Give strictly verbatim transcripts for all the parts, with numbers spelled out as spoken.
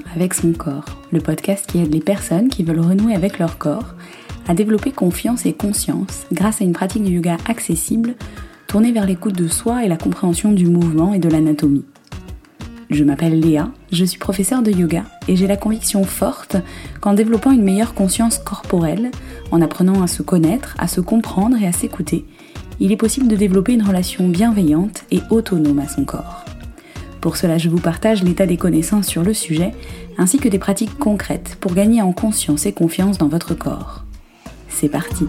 avec son corps, le podcast qui aide les personnes qui veulent renouer avec leur corps à développer confiance et conscience grâce à une pratique de yoga accessible, tournée vers l'écoute de soi et la compréhension du mouvement et de l'anatomie. Je m'appelle Léa, je suis professeure de yoga et j'ai la conviction forte qu'en développant une meilleure conscience corporelle, en apprenant à se connaître, à se comprendre et à s'écouter, il est possible de développer une relation bienveillante et autonome à son corps. Pour cela, je vous partage l'état des connaissances sur le sujet, ainsi que des pratiques concrètes pour gagner en conscience et confiance dans votre corps. C'est parti!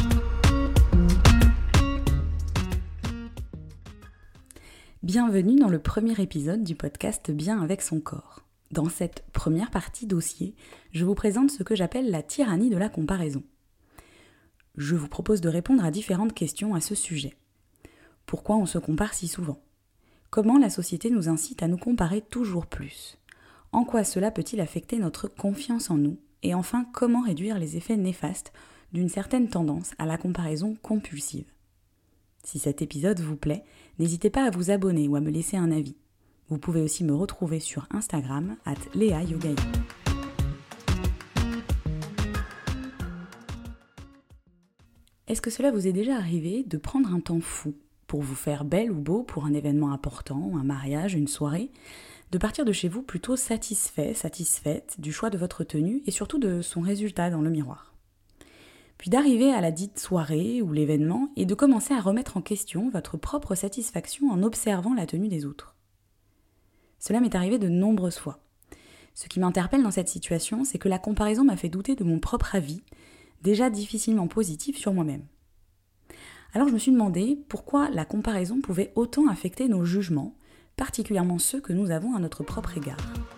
Bienvenue dans le premier épisode du podcast Bien avec son corps. Dans cette première partie dossier, je vous présente ce que j'appelle la tyrannie de la comparaison. Je vous propose de répondre à différentes questions à ce sujet. Pourquoi on se compare si souvent ? Comment la société nous incite à nous comparer toujours plus ? En quoi cela peut-il affecter notre confiance en nous ? Et enfin, comment réduire les effets néfastes d'une certaine tendance à la comparaison compulsive ? Si cet épisode vous plaît, n'hésitez pas à vous abonner ou à me laisser un avis. Vous pouvez aussi me retrouver sur Instagram arobase léa yogaï. Est-ce que cela vous est déjà arrivé de prendre un temps fou pour vous faire belle ou beau pour un événement important, un mariage, une soirée, de partir de chez vous plutôt satisfait, satisfaite du choix de votre tenue et surtout de son résultat dans le miroir ? Puis d'arriver à la dite soirée ou l'événement et de commencer à remettre en question votre propre satisfaction en observant la tenue des autres. Cela m'est arrivé de nombreuses fois. Ce qui m'interpelle dans cette situation, c'est que la comparaison m'a fait douter de mon propre avis, déjà difficilement positif sur moi-même. Alors je me suis demandé pourquoi la comparaison pouvait autant affecter nos jugements, particulièrement ceux que nous avons à notre propre égard.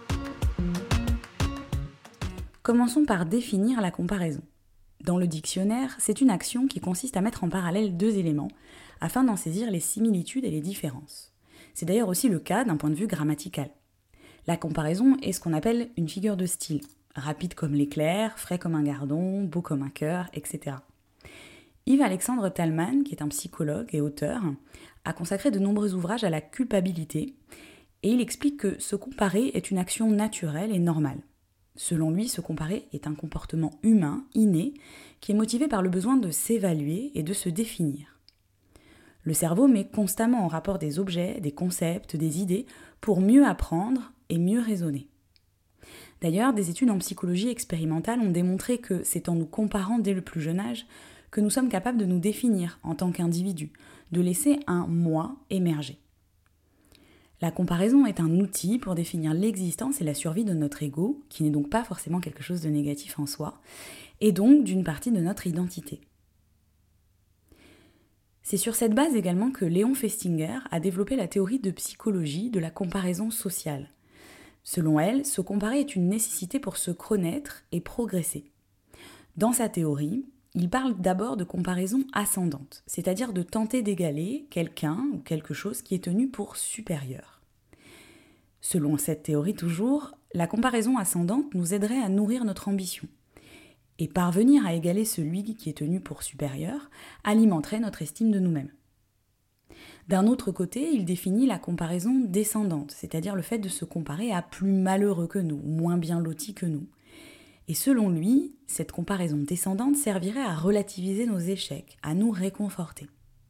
Commençons par définir la comparaison. Dans le dictionnaire, c'est une action qui consiste à mettre en parallèle deux éléments afin d'en saisir les similitudes et les différences. C'est d'ailleurs aussi le cas d'un point de vue grammatical. La comparaison est ce qu'on appelle une figure de style, rapide comme l'éclair, frais comme un gardon, beau comme un cœur, et cetera. Yves-Alexandre Talman, qui est un psychologue et auteur, a consacré de nombreux ouvrages à la culpabilité et il explique que se comparer est une action naturelle et normale. Selon lui, se comparer est un comportement humain, inné, qui est motivé par le besoin de s'évaluer et de se définir. Le cerveau met constamment en rapport des objets, des concepts, des idées pour mieux apprendre et mieux raisonner. D'ailleurs, des études en psychologie expérimentale ont démontré que c'est en nous comparant dès le plus jeune âge que nous sommes capables de nous définir en tant qu'individus, de laisser un « moi » émerger. La comparaison est un outil pour définir l'existence et la survie de notre ego, qui n'est donc pas forcément quelque chose de négatif en soi, et donc d'une partie de notre identité. C'est sur cette base également que Léon Festinger a développé la théorie de psychologie de la comparaison sociale. Selon elle, se comparer est une nécessité pour se connaître et progresser. Dans sa théorie, il parle d'abord de comparaison ascendante, c'est-à-dire de tenter d'égaler quelqu'un ou quelque chose qui est tenu pour supérieur. Selon cette théorie toujours, la comparaison ascendante nous aiderait à nourrir notre ambition. Et parvenir à égaler celui qui est tenu pour supérieur alimenterait notre estime de nous-mêmes. D'un autre côté, il définit la comparaison descendante, c'est-à-dire le fait de se comparer à plus malheureux que nous, moins bien lotis que nous. Et selon lui, cette comparaison descendante servirait à relativiser nos échecs, à nous réconforter.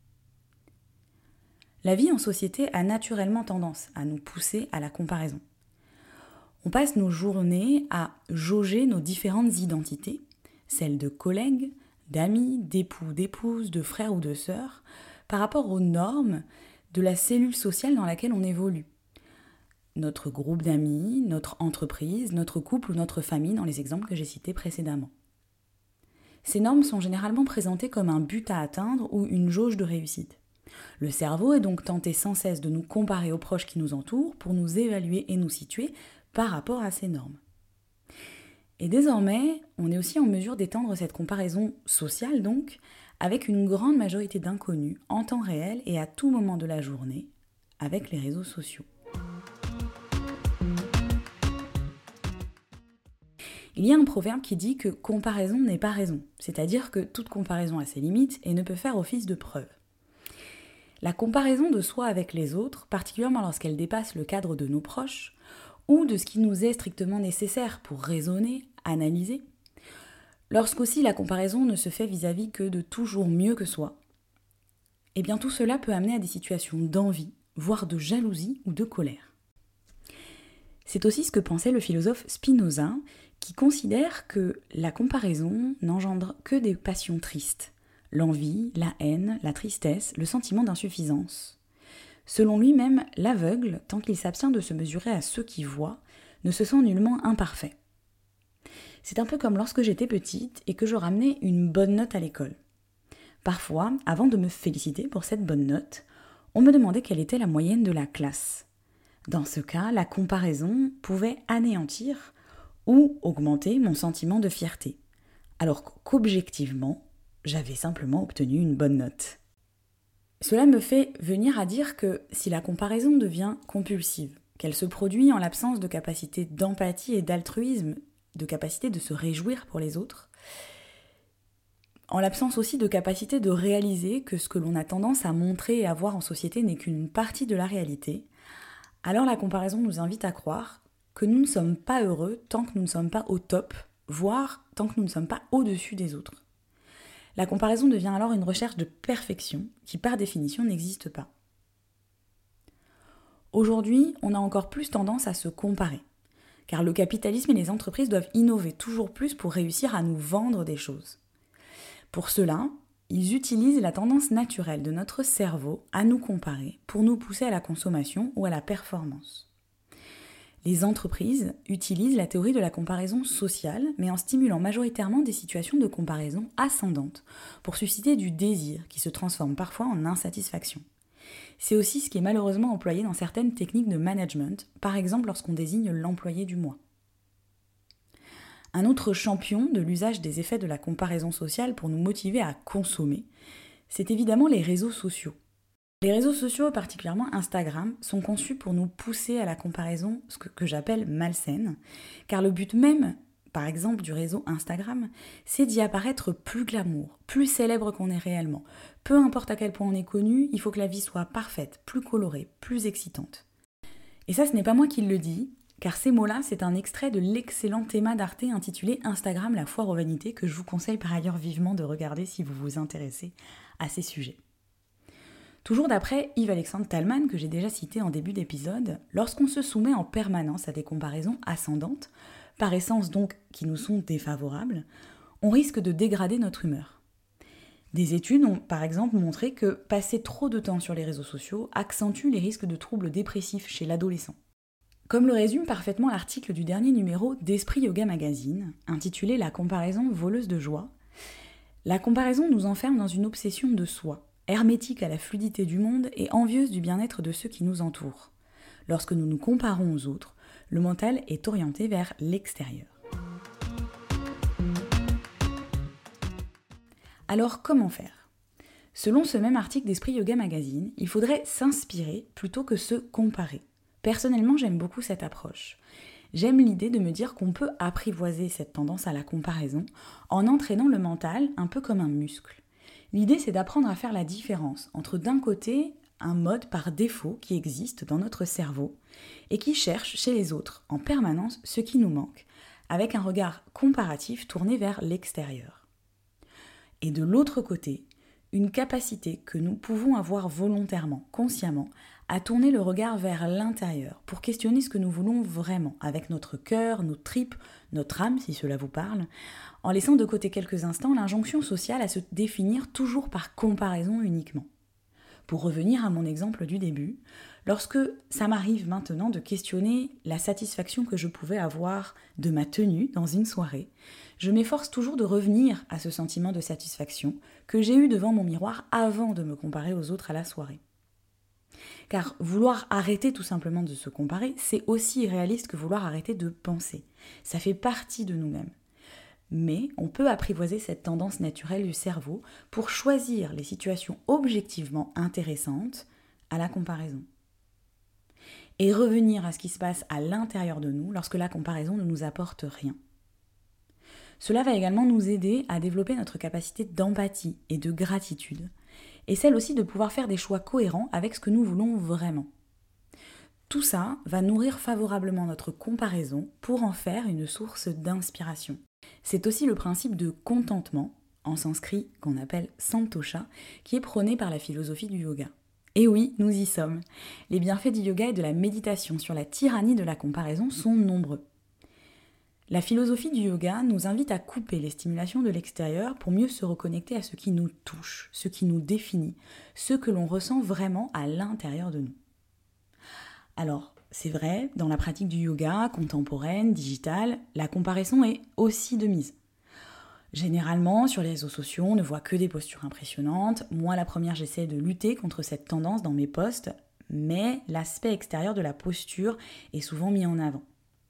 La vie en société a naturellement tendance à nous pousser à la comparaison. On passe nos journées à jauger nos différentes identités, celles de collègues, d'amis, d'époux, d'épouses, de frères ou de sœurs, par rapport aux normes de la cellule sociale dans laquelle on évolue. Notre groupe d'amis, notre entreprise, notre couple ou notre famille dans les exemples que j'ai cités précédemment. Ces normes sont généralement présentées comme un but à atteindre ou une jauge de réussite. Le cerveau est donc tenté sans cesse de nous comparer aux proches qui nous entourent pour nous évaluer et nous situer par rapport à ces normes. Et désormais, on est aussi en mesure d'étendre cette comparaison sociale donc avec une grande majorité d'inconnus en temps réel et à tout moment de la journée avec les réseaux sociaux. Il y a un proverbe qui dit que comparaison n'est pas raison, c'est-à-dire que toute comparaison a ses limites et ne peut faire office de preuve. La comparaison de soi avec les autres, particulièrement lorsqu'elle dépasse le cadre de nos proches, ou de ce qui nous est strictement nécessaire pour raisonner, analyser, lorsqu'aussi la comparaison ne se fait vis-à-vis que de toujours mieux que soi, eh bien tout cela peut amener à des situations d'envie, voire de jalousie ou de colère. C'est aussi ce que pensait le philosophe Spinoza, qui considère que la comparaison n'engendre que des passions tristes, l'envie, la haine, la tristesse, le sentiment d'insuffisance. Selon lui-même, l'aveugle, tant qu'il s'abstient de se mesurer à ceux qui voient, ne se sent nullement imparfait. C'est un peu comme lorsque j'étais petite et que je ramenais une bonne note à l'école. Parfois, avant de me féliciter pour cette bonne note, on me demandait quelle était la moyenne de la classe. Dans ce cas, la comparaison pouvait anéantir ou augmenter mon sentiment de fierté, alors qu'objectivement, j'avais simplement obtenu une bonne note. Cela me fait venir à dire que si la comparaison devient compulsive, qu'elle se produit en l'absence de capacité d'empathie et d'altruisme, de capacité de se réjouir pour les autres, en l'absence aussi de capacité de réaliser que ce que l'on a tendance à montrer et à voir en société n'est qu'une partie de la réalité, alors la comparaison nous invite à croire que nous ne sommes pas heureux tant que nous ne sommes pas au top, voire tant que nous ne sommes pas au-dessus des autres. La comparaison devient alors une recherche de perfection qui, par définition, n'existe pas. Aujourd'hui, on a encore plus tendance à se comparer, car le capitalisme et les entreprises doivent innover toujours plus pour réussir à nous vendre des choses. Pour cela, ils utilisent la tendance naturelle de notre cerveau à nous comparer pour nous pousser à la consommation ou à la performance. Les entreprises utilisent la théorie de la comparaison sociale, mais en stimulant majoritairement des situations de comparaison ascendantes pour susciter du désir qui se transforme parfois en insatisfaction. C'est aussi ce qui est malheureusement employé dans certaines techniques de management, par exemple lorsqu'on désigne l'employé du mois. Un autre champion de l'usage des effets de la comparaison sociale pour nous motiver à consommer, c'est évidemment les réseaux sociaux. Les réseaux sociaux, particulièrement Instagram, sont conçus pour nous pousser à la comparaison, ce que, que j'appelle malsaine, car le but même, par exemple, du réseau Instagram, c'est d'y apparaître plus glamour, plus célèbre qu'on est réellement. Peu importe à quel point on est connu, il faut que la vie soit parfaite, plus colorée, plus excitante. Et ça, ce n'est pas moi qui le dis, car ces mots-là, c'est un extrait de l'excellent thème d'Arte intitulé Instagram, la foire aux vanités, que je vous conseille par ailleurs vivement de regarder si vous vous intéressez à ces sujets. Toujours d'après Yves-Alexandre Talman, que j'ai déjà cité en début d'épisode, lorsqu'on se soumet en permanence à des comparaisons ascendantes, par essence donc qui nous sont défavorables, on risque de dégrader notre humeur. Des études ont par exemple montré que passer trop de temps sur les réseaux sociaux accentue les risques de troubles dépressifs chez l'adolescent. Comme le résume parfaitement l'article du dernier numéro d'Esprit Yoga Magazine, intitulé « La comparaison voleuse de joie », la comparaison nous enferme dans une obsession de soi, hermétique à la fluidité du monde et envieuse du bien-être de ceux qui nous entourent. Lorsque nous nous comparons aux autres, le mental est orienté vers l'extérieur. Alors comment faire ? Selon ce même article d'Esprit Yoga Magazine, il faudrait s'inspirer plutôt que se comparer. Personnellement, j'aime beaucoup cette approche. J'aime l'idée de me dire qu'on peut apprivoiser cette tendance à la comparaison en entraînant le mental un peu comme un muscle. L'idée, c'est d'apprendre à faire la différence entre d'un côté un mode par défaut qui existe dans notre cerveau et qui cherche chez les autres en permanence ce qui nous manque, avec un regard comparatif tourné vers l'extérieur. Et de l'autre côté, une capacité que nous pouvons avoir volontairement, consciemment, à tourner le regard vers l'intérieur pour questionner ce que nous voulons vraiment, avec notre cœur, nos tripes, notre âme, si cela vous parle, en laissant de côté quelques instants l'injonction sociale à se définir toujours par comparaison uniquement. Pour revenir à mon exemple du début, lorsque ça m'arrive maintenant de questionner la satisfaction que je pouvais avoir de ma tenue dans une soirée, je m'efforce toujours de revenir à ce sentiment de satisfaction que j'ai eu devant mon miroir avant de me comparer aux autres à la soirée. Car vouloir arrêter tout simplement de se comparer, c'est aussi irréaliste que vouloir arrêter de penser. Ça fait partie de nous-mêmes. Mais on peut apprivoiser cette tendance naturelle du cerveau pour choisir les situations objectivement intéressantes à la comparaison. Et revenir à ce qui se passe à l'intérieur de nous lorsque la comparaison ne nous apporte rien. Cela va également nous aider à développer notre capacité d'empathie et de gratitude, et celle aussi de pouvoir faire des choix cohérents avec ce que nous voulons vraiment. Tout ça va nourrir favorablement notre comparaison pour en faire une source d'inspiration. C'est aussi le principe de contentement, en sanskrit qu'on appelle santosha, qui est prôné par la philosophie du yoga. Et oui, nous y sommes. Les bienfaits du yoga et de la méditation sur la tyrannie de la comparaison sont nombreux. La philosophie du yoga nous invite à couper les stimulations de l'extérieur pour mieux se reconnecter à ce qui nous touche, ce qui nous définit, ce que l'on ressent vraiment à l'intérieur de nous. Alors, c'est vrai, dans la pratique du yoga contemporaine, digitale, la comparaison est aussi de mise. Généralement, sur les réseaux sociaux, on ne voit que des postures impressionnantes. Moi, la première, j'essaie de lutter contre cette tendance dans mes posts, mais l'aspect extérieur de la posture est souvent mis en avant.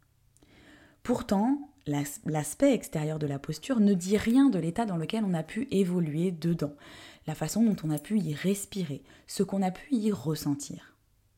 Pourtant, l'as- l'aspect extérieur de la posture ne dit rien de l'état dans lequel on a pu évoluer dedans, la façon dont on a pu y respirer, ce qu'on a pu y ressentir.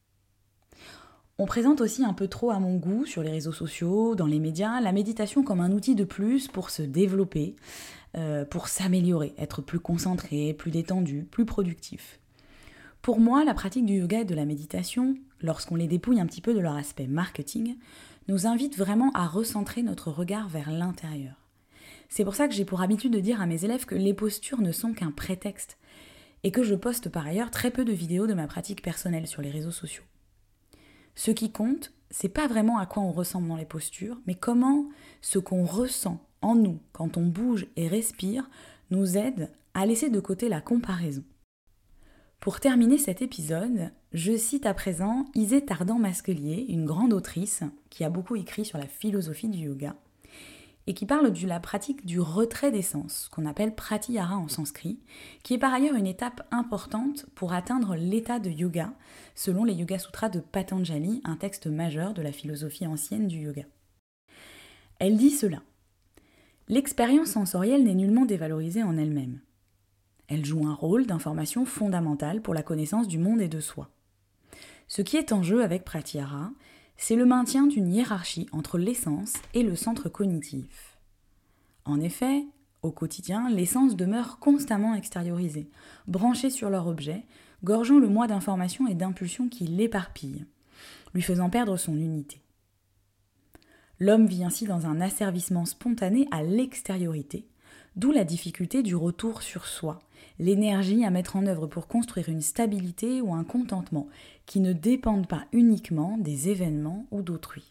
On présente aussi un peu trop à mon goût sur les réseaux sociaux, dans les médias, la méditation comme un outil de plus pour se développer, euh, pour s'améliorer, être plus concentré, plus détendu, plus productif. Pour moi, la pratique du yoga et de la méditation, lorsqu'on les dépouille un petit peu de leur aspect marketing, nous invite vraiment à recentrer notre regard vers l'intérieur. C'est pour ça que j'ai pour habitude de dire à mes élèves que les postures ne sont qu'un prétexte, et que je poste par ailleurs très peu de vidéos de ma pratique personnelle sur les réseaux sociaux. Ce qui compte, c'est pas vraiment à quoi on ressemble dans les postures, mais comment ce qu'on ressent en nous quand on bouge et respire nous aide à laisser de côté la comparaison. Pour terminer cet épisode, je cite à présent Isée Tardan-Masquelier, une grande autrice qui a beaucoup écrit sur la philosophie du yoga et qui parle de la pratique du retrait des sens, qu'on appelle pratyahara en sanskrit, qui est par ailleurs une étape importante pour atteindre l'état de yoga, selon les Yoga Sutras de Patanjali, un texte majeur de la philosophie ancienne du yoga. Elle dit cela. L'expérience sensorielle n'est nullement dévalorisée en elle-même. Elle joue un rôle d'information fondamentale pour la connaissance du monde et de soi. Ce qui est en jeu avec pratyahara, c'est le maintien d'une hiérarchie entre l'essence et le centre cognitif. En effet, au quotidien, les sens demeurent constamment extériorisés, branchés sur leur objet, gorgeant le moi d'informations et d'impulsions qui l'éparpillent, lui faisant perdre son unité. L'homme vit ainsi dans un asservissement spontané à l'extériorité, d'où la difficulté du retour sur soi, l'énergie à mettre en œuvre pour construire une stabilité ou un contentement qui ne dépendent pas uniquement des événements ou d'autrui.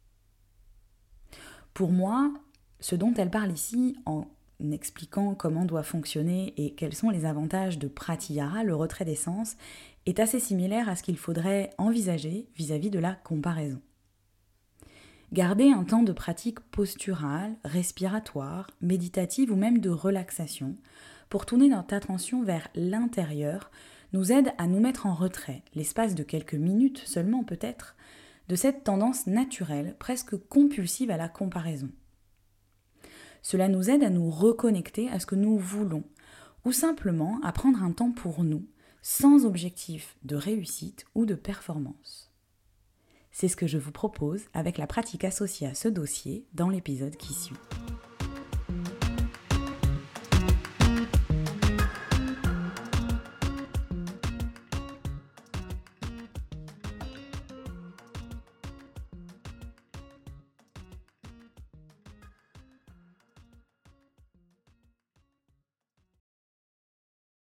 Pour moi, ce dont elle parle ici, en expliquant comment doit fonctionner et quels sont les avantages de pratyahara, le retrait des sens, est assez similaire à ce qu'il faudrait envisager vis-à-vis de la comparaison. Garder un temps de pratique posturale, respiratoire, méditative ou même de relaxation pour tourner notre attention vers l'intérieur nous aide à nous mettre en retrait, l'espace de quelques minutes seulement peut-être, de cette tendance naturelle, presque compulsive à la comparaison. Cela nous aide à nous reconnecter à ce que nous voulons, ou simplement à prendre un temps pour nous, sans objectif de réussite ou de performance. C'est ce que je vous propose avec la pratique associée à ce dossier dans l'épisode qui suit.